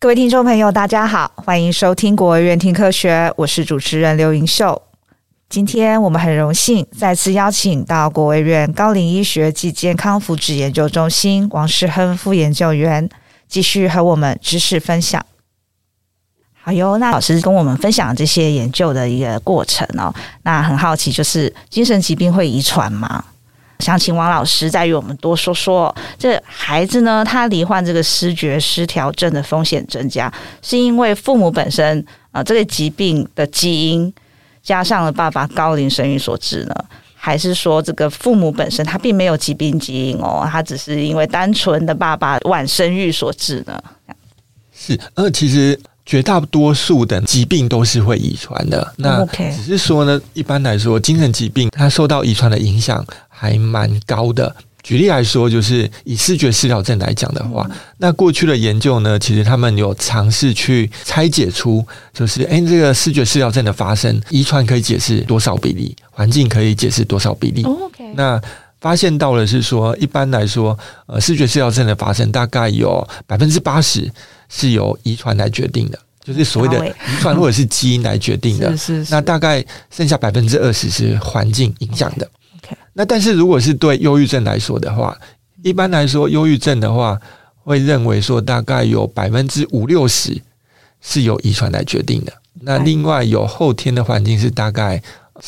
各位听众朋友大家好，欢迎收听国卫院听科学，我是主持人刘盈秀。今天我们很荣幸再次邀请到国卫院高龄医学及健康福祉研究中心王世亨副研究员继续和我们知识分享。好哟，那老师跟我们分享这些研究的一个过程哦。那很好奇，就是精神疾病会遗传吗？想请王老师再与我们多说说，这孩子呢，他罹患这个思觉失调症的风险增加，是因为父母本身这个疾病的基因加上了爸爸高龄生育所致呢？还是说这个父母本身他并没有疾病基因哦，他只是因为单纯的爸爸晚生育所致呢？ 是，其实绝大多数的疾病都是会遗传的，那只是说呢，一般来说精神疾病它受到遗传的影响还蛮高的。举例来说，就是以思觉失调症来讲的话，那过去的研究呢，其实他们有尝试去拆解出，就是这个思觉失调症的发生，遗传可以解释多少比例，环境可以解释多少比例。那发现到了是说，一般来说，思觉失调症的发生大概有 80% 是由遗传来决定的，就是所谓的遗传或者是基因来决定的。是。那大概剩下 20% 是环境影响的。那但是如果是对忧郁症来说的话，一般来说忧郁症的话，会认为说大概有 50-60% 是由遗传来决定的。那另外有后天的环境是大概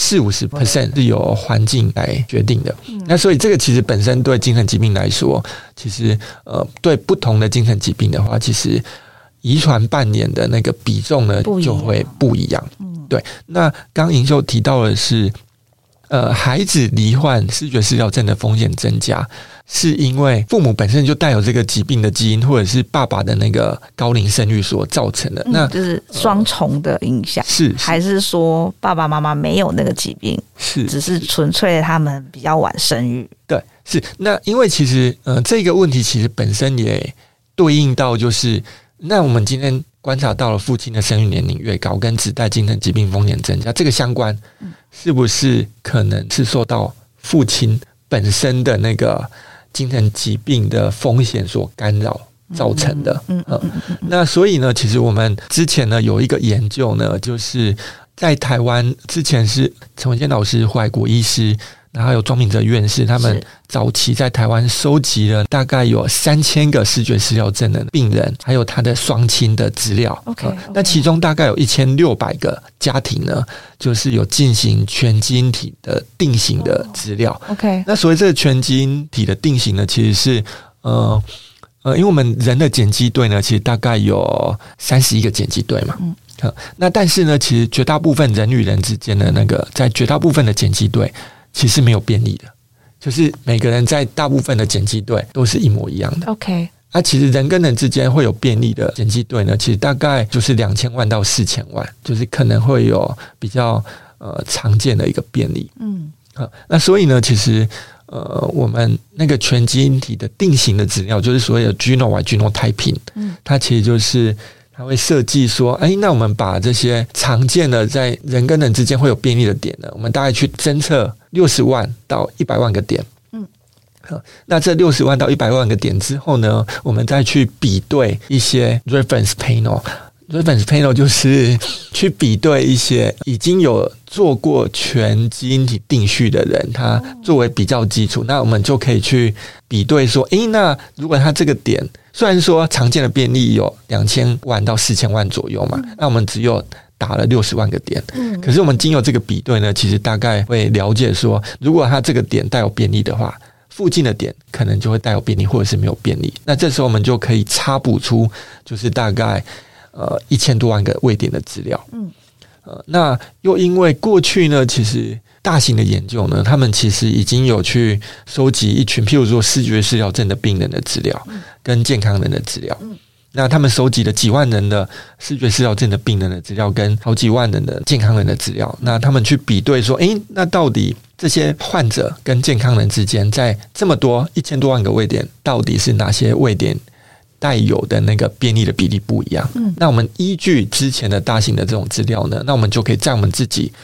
40-50% 是由环境来决定的。那所以这个其实本身对精神疾病来说，其实对不同的精神疾病的话，其实遗传扮演的那个比重呢就会不一样。对，那刚盈秀提到的是孩子罹患思觉失调症的风险增加，是因为父母本身就带有这个疾病的基因，或者是爸爸的那个高龄生育所造成的。那就是双重的影响， 是还是说爸爸妈妈没有那个疾病， 是只是纯粹他们比较晚生育？ 对，是。那因为其实这个问题其实本身也对应到就是，那我们今天观察到了父亲的生育年龄越高，跟子代精神疾病风险增加，这个相关是不是可能是受到父亲本身的那个精神疾病的风险所干扰造成的？那所以呢，其实我们之前呢有一个研究呢，就是在台湾之前是陈文健老师、外国医师，然后还有庄敏哲院士，他们早期在台湾收集了大概有3000个思觉失调症的病人，还有他的双亲的资料。那其中大概有1600个家庭呢，就是有进行全基因体的定型的资料。那所谓这个全基因体的定型呢，其实是因为我们人的碱基对呢，其实大概有31个碱基对嘛。那但是呢，其实绝大部分人与人之间的那个，在绝大部分的碱基对其实没有变异的，就是每个人在大部分的碱基对都是一模一样的。其实人跟人之间会有变异的碱基对呢，其实大概就是2000万到4000万，就是可能会有比较常见的一个变异。那所以呢，其实我们那个全基因体的定型的资料，就是所谓的 genotype genotyping，它其实就是它会设计说，那我们把这些常见的在人跟人之间会有变异的点呢，我们大概去侦测60万到100万个点。那这60万到100万个点之后呢，我们再去比对一些 reference panel。reference panel 就是去比对一些已经有做过全基因体定序的人，他作为比较基础，那我们就可以去比对说，那如果他这个点虽然说常见的变异有2000万到4000万左右嘛，那我们只有打了60万个点，可是我们经由这个比对呢，其实大概会了解说，如果他这个点带有变异的话，附近的点可能就会带有变异，或者是没有变异。那这时候我们就可以插补出就是大概1000多万个位点的资料。那又因为过去呢，其实大型的研究呢，他们其实已经有去收集一群譬如说思觉失调症的病人的资料跟健康人的资料。那他们收集了几万人的思觉失调症的病人的资料跟好几万人的健康人的资料，那他们去比对说，那到底这些患者跟健康人之间在这么多1000多万个位点，到底是哪些位点带有的那个变异的比例不一样？那我们依据之前的大型的这种资料呢，那我们就可以在我们自己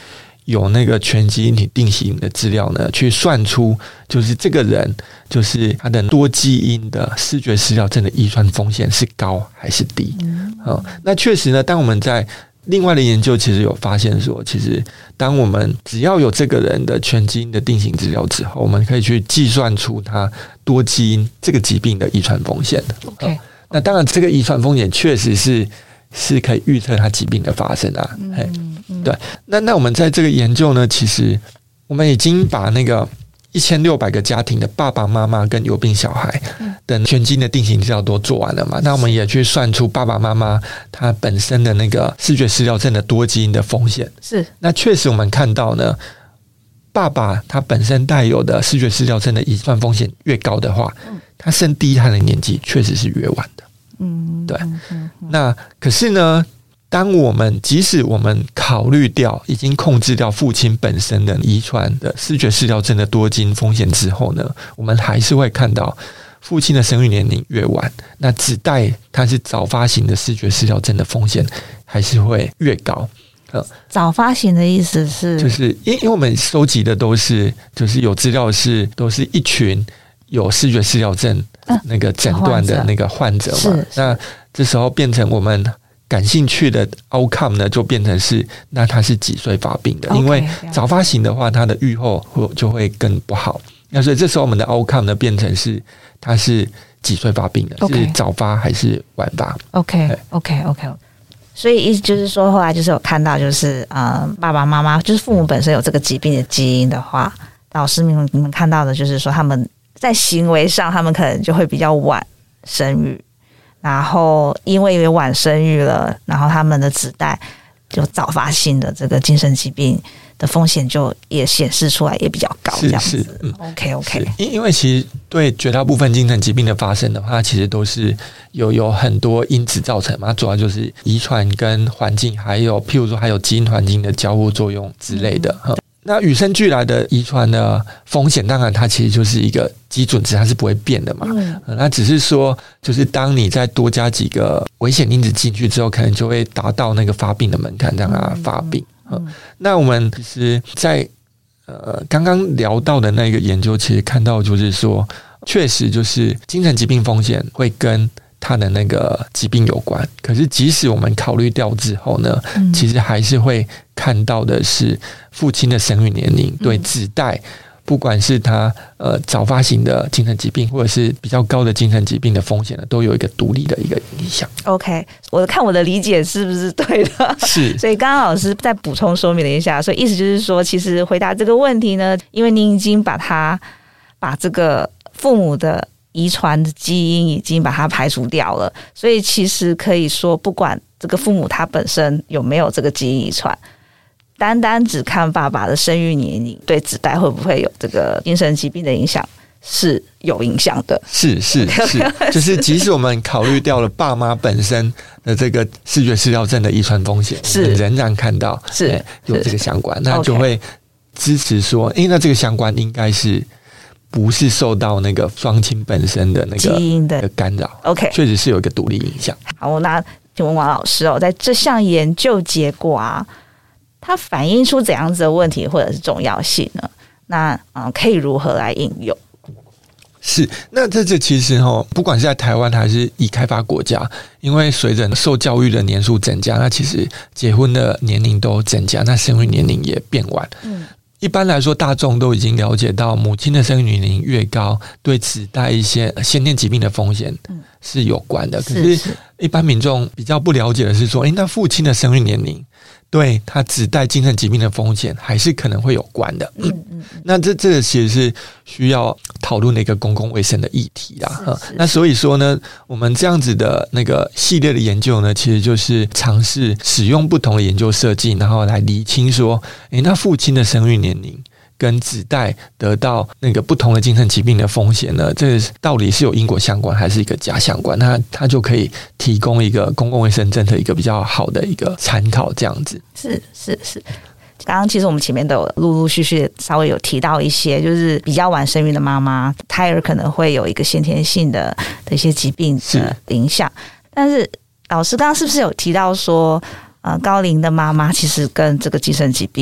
有那个全基因体定型的资料呢，去算出就是这个人就是他的多基因的思觉失调症的遗传风险是高还是低。那确实呢，当我们在另外的研究其实有发现说，其实当我们只要有这个人的全基因的定型资料之后，我们可以去计算出他多基因这个疾病的遗传风险的。 OK， 那当然这个遗传风险确实是可以预测他疾病的发生啊。对，那我们在这个研究呢，其实我们已经把那个1600个家庭的爸爸妈妈跟有病小孩的全基因的定型资料都做完了嘛，那我们也去算出爸爸妈妈他本身的那个视觉失调症的多基因的风险。 是，那确实我们看到呢，爸爸他本身带有的视觉失调症的遗传风险越高的话，他生第一胎的年纪确实是越晚的。对。那可是呢，即使我们考虑掉已经控制掉父亲本身的遗传的视觉失调症的多基因风险之后呢，我们还是会看到父亲的生育年龄越晚，那子代他是早发型的视觉失调症的风险还是会越高。 早发型的意思是， 就是因为我们收集的就是有资料都是一群有视觉失调症那个诊断的那个患者嘛，那这时候变成我们感兴趣的 outcome 呢，就变成是那他是几岁发病的，因为早发型的话，他的预后就会更不好。那所以这时候我们的 outcome 呢，变成是他是几岁发病的，是早发还是晚发 ？OK。所以意思就是说，后来就是有看到，就是爸爸妈妈就是父母本身有这个疾病的基因的话，老师你们看到的就是说，他们在行为上，他们可能就会比较晚生育。然后因为晚生育了，然后他们的子代就早发性的这个精神疾病的风险就也显示出来也比较高，这样子。OK。 因为其实对绝大部分精神疾病的发生的话，其实都是有很多因子造成嘛，主要就是遗传跟环境，还有譬如说还有基因环境的交互作用之类的。那与生俱来的遗传的风险，当然它其实就是一个基准值，它是不会变的嘛。那只是说，就是当你再多加几个危险因子进去之后，可能就会达到那个发病的门槛，让它发病。那我们其实在刚刚聊到的那个研究，其实看到就是说，确实就是精神疾病风险会跟他的那个疾病有关，可是即使我们考虑掉之后呢，其实还是会看到的是父亲的生育年龄对子代，不管是他早发型的精神疾病，或者是比较高的精神疾病的风险呢，都有一个独立的一个影响。 OK， 我看我的理解是不是对的？ 是。 所以刚刚老师再补充说明了一下，所以意思就是说，其实回答这个问题呢，因为您已经把这个父母的遗传的基因已经把它排除掉了，所以其实可以说，不管这个父母他本身有没有这个基因遗传，单只看爸爸的生育年龄对子代会不会有这个精神疾病的影响是有影响的。 是，就是即使我们考虑掉了爸妈本身的这个视觉失调症的遗传风险，是仍然看到是有这个相关，那就会支持说，那这个相关应该是不是受到那个双亲本身的那个基因的干扰 ？OK， 确实是有一个独立影响。 好，那请问王老师在这项研究结果它反映出怎样子的问题或者是重要性呢？那可以如何来应用？ 是，那这其实不管是在台湾还是已开发国家，因为随着受教育的年数增加，那其实结婚的年龄都增加，那生育年龄也变晚。一般来说，大众都已经了解到，母亲的生育年龄越高，对子代一些先天疾病的风险是有关的。可是，一般民众比较不了解的是说，那父亲的生育年龄对他子代精神疾病的风险还是可能会有关的。那这个其实是需要讨论的一个公共卫生的议题啦。那所以说呢，我们这样子的那个系列的研究呢，其实就是尝试使用不同的研究设计，然后来厘清说，那父亲的生育年龄跟子代得到那个不同的精神疾病的风险呢，这到底是有因果相关还是一个假相关？那它就可以提供一个公共卫生政策一个比较好的一个参考，这样子。 是。刚刚其实我们前面都陆陆续续稍微有提到一些，就是比较晚生育的妈妈，胎儿可能会有一个先天性的一些疾病的影响。但是老师刚刚是不是有提到说，高龄的妈妈其实跟这个精神疾病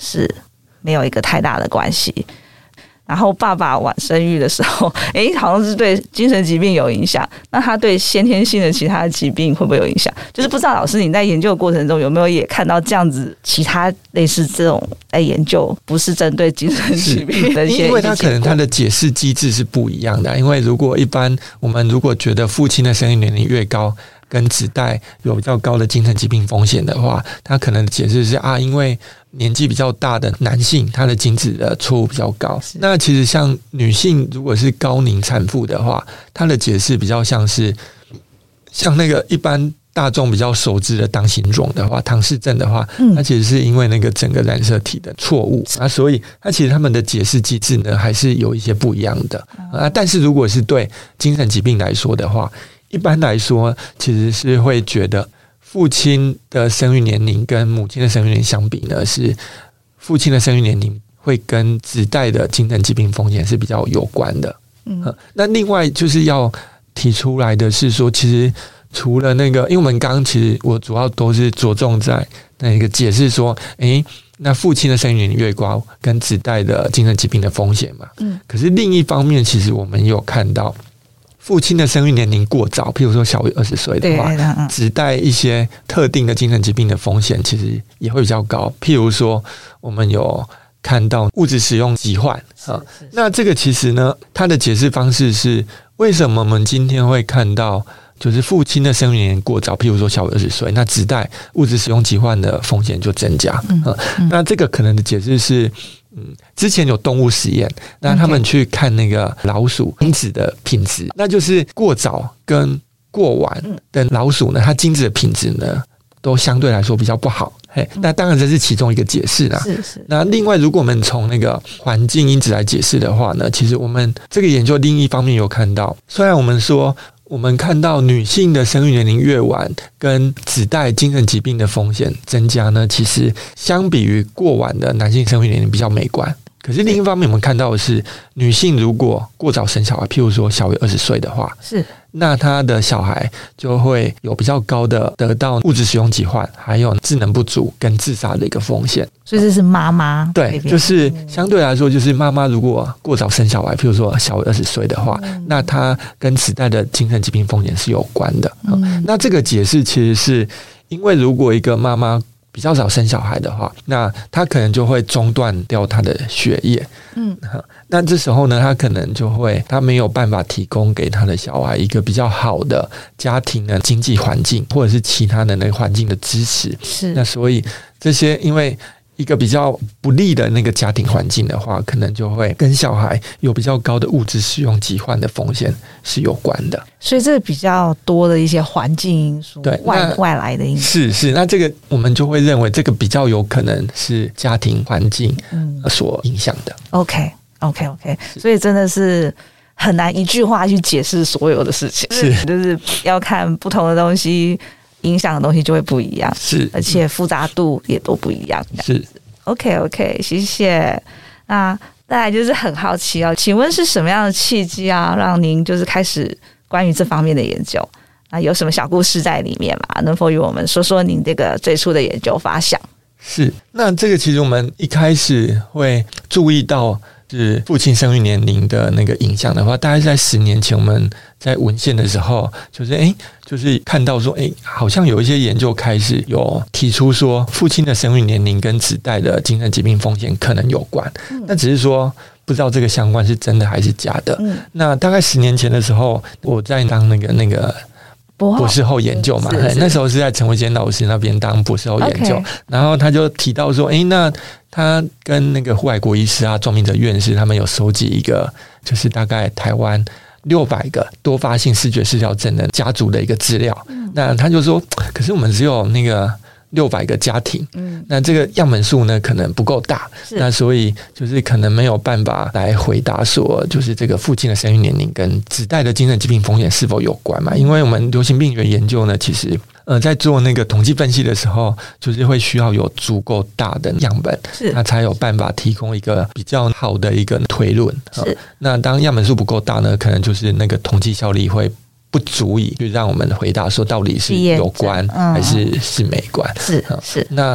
是没有一个太大的关系。然后爸爸晚生育的时候，好像是对精神疾病有影响，那他对先天性的其他疾病会不会有影响？就是不知道老师你在研究的过程中有没有也看到这样子其他类似这种在研究不是针对精神疾病的一些， 因为他可能他的解释机制是不一样的。因为如果一般我们如果觉得父亲的生育年龄越高，跟子代有比较高的精神疾病风险的话，他可能解释是因为年纪比较大的男性，他的精子的错误比较高。那其实像女性如果是高龄产妇的话，他的解释比较像是像那个一般大众比较熟知的当型肿的话，唐氏症的话，它其实是因为那个整个染色体的错误所以它其实他们的解释机制呢还是有一些不一样的但是如果是对精神疾病来说的话，一般来说其实是会觉得父亲的生育年龄跟母亲的生育年龄相比呢，是父亲的生育年龄会跟子代的精神疾病风险是比较有关的。那另外就是要提出来的是说，其实除了那个，因为我们刚刚其实我主要都是着重在那个解释说，那父亲的生育年龄越高，跟子代的精神疾病的风险嘛。可是另一方面，其实我们也有看到，父亲的生育年龄过早，譬如说小于20岁的话，子代一些特定的精神疾病的风险其实也会比较高。譬如说，我们有看到物质使用疾患那这个其实呢，它的解释方式是为什么我们今天会看到就是父亲的生育年龄过早，譬如说小于20岁，那子代物质使用疾患的风险就增加。那这个可能的解释是之前有动物实验，那他们去看那个老鼠精子的品质，那就是过早跟过晚的老鼠呢，它精子的品质呢都相对来说比较不好。那当然这是其中一个解释啦。那另外如果我们从那个环境因子来解释的话呢，其实我们这个研究另一方面有看到，虽然我们说我们看到女性的生育年龄越晚跟子代精神疾病的风险增加呢，其实相比于过晚的男性生育年龄比较美观。可是另一方面我们看到的是，女性如果过早生小孩，譬如说小于20岁的话，那她的小孩就会有比较高的得到物质使用疾患，还有智能不足跟自杀的一个风险。 所以这是妈妈对，就是相对来说，就是妈妈如果过早生小孩，譬如说小于20岁的话，那她跟子代的精神疾病风险是有关的。那这个解释其实是因为如果一个妈妈比较早生小孩的话，那他可能就会中断掉他的学业。那这时候呢，他可能就会他没有办法提供给他的小孩一个比较好的家庭的经济环境，或者是其他的那个环境的支持。那所以这些因为一个比较不利的那个家庭环境的话，可能就会跟小孩有比较高的物质使用疾患的风险是有关的。 所以这比较多的一些环境因素，对外来的因素是那这个我们就会认为这个比较有可能是家庭环境所影响的。 OK， 所以真的是很难一句话去解释所有的事情，就是要看不同的东西。影响的东西就会不一样，而且复杂度也都不一样。OK， 谢谢。那再来就是很好奇请问是什么样的契机让您就是开始关于这方面的研究？有什么小故事在里面吗？能否与我们说说您这个最初的研究发想？ 那这个其实我们一开始会注意到是父亲生育年龄的那个影响的话，大概在10年前我们在文献的时候就是看到说好像有一些研究开始有提出说父亲的生育年龄跟子代的精神疾病风险可能有关，那只是说不知道这个相关是真的还是假的。那大概10年前的时候，我在当那个博士后研究嘛，那时候是在陈维坚老师那边当博士后研究，然后他就提到说那他跟那个户外国医师庄明哲院士他们有收集一个就是大概台湾600个多发性视觉失调症的家族的一个资料。那他就说可是我们只有那个600个家庭，那这个样本数呢可能不够大，那所以就是可能没有办法来回答说就是这个父亲的生育年龄跟子代的精神疾病风险是否有关嘛。因为我们流行病学研究呢其实在做那个统计分析的时候，就是会需要有足够大的样本，那才有办法提供一个比较好的一个推论。那当样本数不够大呢，可能就是那个统计效力会不足以就让我们回答说到底是有关还是没关。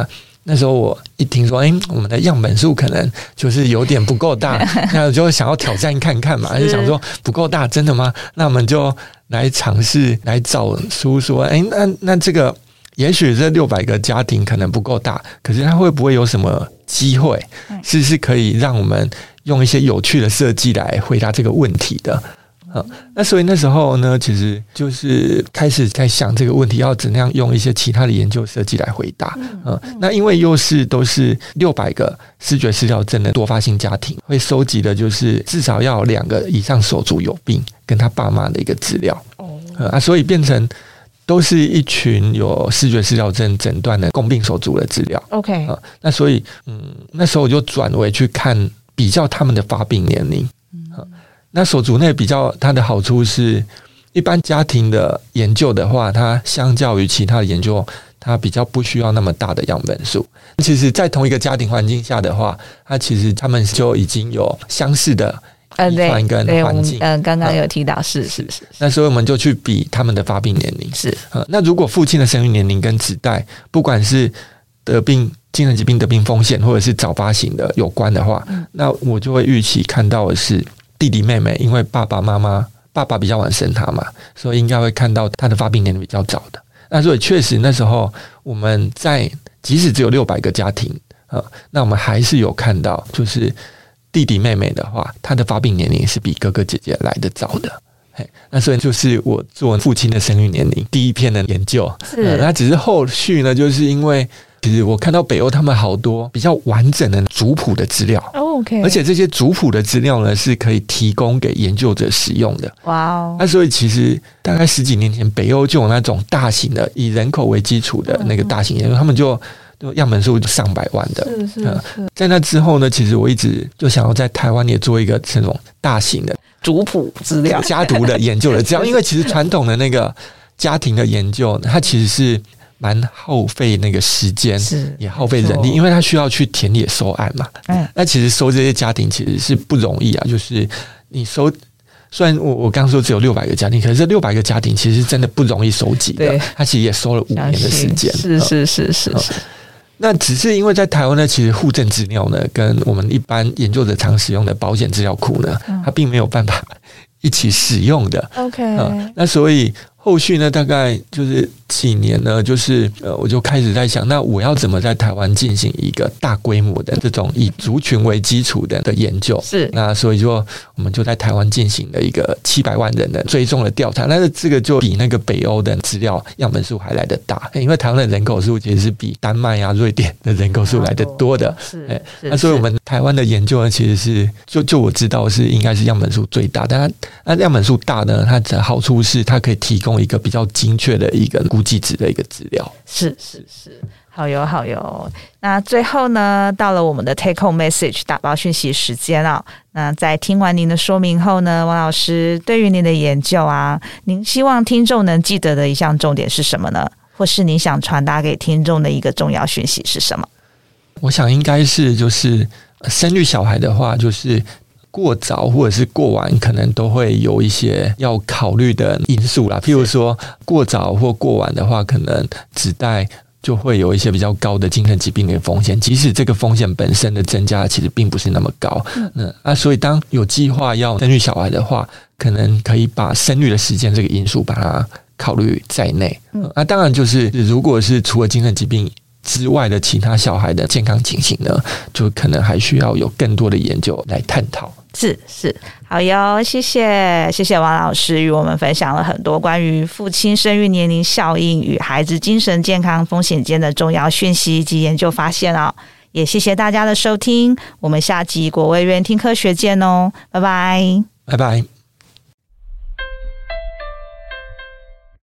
那时候我一听说，我们的样本数可能就是有点不够大，那我就想要挑战看看嘛，就想说不够大，真的吗？那我们就来尝试来找书说，那这个也许这600个家庭可能不够大，可是它会不会有什么机会是可以让我们用一些有趣的设计来回答这个问题的？那所以那时候呢，其实就是开始在想这个问题要怎样用一些其他的研究设计来回答。那因为都是600个思觉失调症的多发性家庭，会收集的就是至少要有2个以上手足有病跟他爸妈的一个资料。所以变成都是一群有思觉失调症诊断的共病手足的资料。 OK， 那所以那时候我就转为去看比较他们的发病年龄。那手足内比较它的好处是，一般家庭的研究的话，它相较于其他的研究，它比较不需要那么大的样本数。其实在同一个家庭环境下的话，他们就已经有相似的遗传跟环境。 刚刚有提到是。 那所以我们就去比他们的发病年龄。 是。 那如果父亲的生育年龄跟子代，不管是得病精神疾病得病风险，或者是早发型的有关的话，那我就会预期看到的是弟弟妹妹，因为爸爸比较晚生他嘛，所以应该会看到他的发病年龄比较早的。那所以确实那时候我们即使只有600个家庭，那我们还是有看到，就是弟弟妹妹的话，他的发病年龄是比哥哥姐姐来得早的。那所以就是我做父亲的生育年龄第一篇的研究。那只是后续呢，就是因为其实我看到北欧他们好多比较完整的族谱的资料。 OK， 而且这些族谱的资料呢是可以提供给研究者使用的。 哇哦！ 那所以其实大概10几年前，北欧就有那种大型的以人口为基础的那个大型研究，他们就样本数上百万的。 是。 在那之后呢，其实我一直就想要在台湾也做一个这种大型的族谱资料、 家族的研究的资料，因为其实传统的那个家庭的研究，它其实是蛮耗费那个时间，也耗费人力，因为他需要去田野收案嘛。那其实收这些家庭其实是不容易啊，就是你收，虽然我刚说只有600个家庭，可是这600个家庭其实真的不容易收集的，他其实也收了5年的时间。 是。 那只是因为在台湾呢，其实户政资料呢，跟我们一般研究者常使用的保险资料库呢，它并没有办法一起使用的。 OK， 那所以后续呢，大概就是几年呢，就是我就开始在想，那我要怎么在台湾进行一个大规模的这种以族群为基础的研究？ 是。 那所以我们就在台湾进行了一个700万人的追踪的调查，那这个就比那个北欧的资料样本数还来得大，因为台湾的人口数其实是比丹麦啊、瑞典的人口数来得多的。那所以我们台湾的研究呢，其实是就我知道是应该是样本数最大，但它样本数大呢，它的好处是它可以提供一个比较精确的一个估计值的一个资料。 是，好哟。那最后呢，到了我们的 take home message 打包讯息时间啊。那在听完您的说明后呢，王老师，对于您的研究啊，您希望听众能记得的一项重点是什么呢？或是您想传达给听众的一个重要讯息是什么？ 我想应该是就是生育小孩的话，就是过早或者是过晚可能都会有一些要考虑的因素啦，譬如说过早或过晚的话，可能子代就会有一些比较高的精神疾病的风险，即使这个风险本身的增加其实并不是那么高。所以当有计划要生育小孩的话，可能可以把生育的时间这个因素把它考虑在内。当然就是如果是除了精神疾病之外的其他小孩的健康情形呢，就可能还需要有更多的研究来探讨。 是，好哟，谢谢王老师与我们分享了很多关于父亲生育年龄效应与孩子精神健康风险间的重要讯息及研究发现哦。也谢谢大家的收听，我们下集国卫院听科学见哦，拜拜。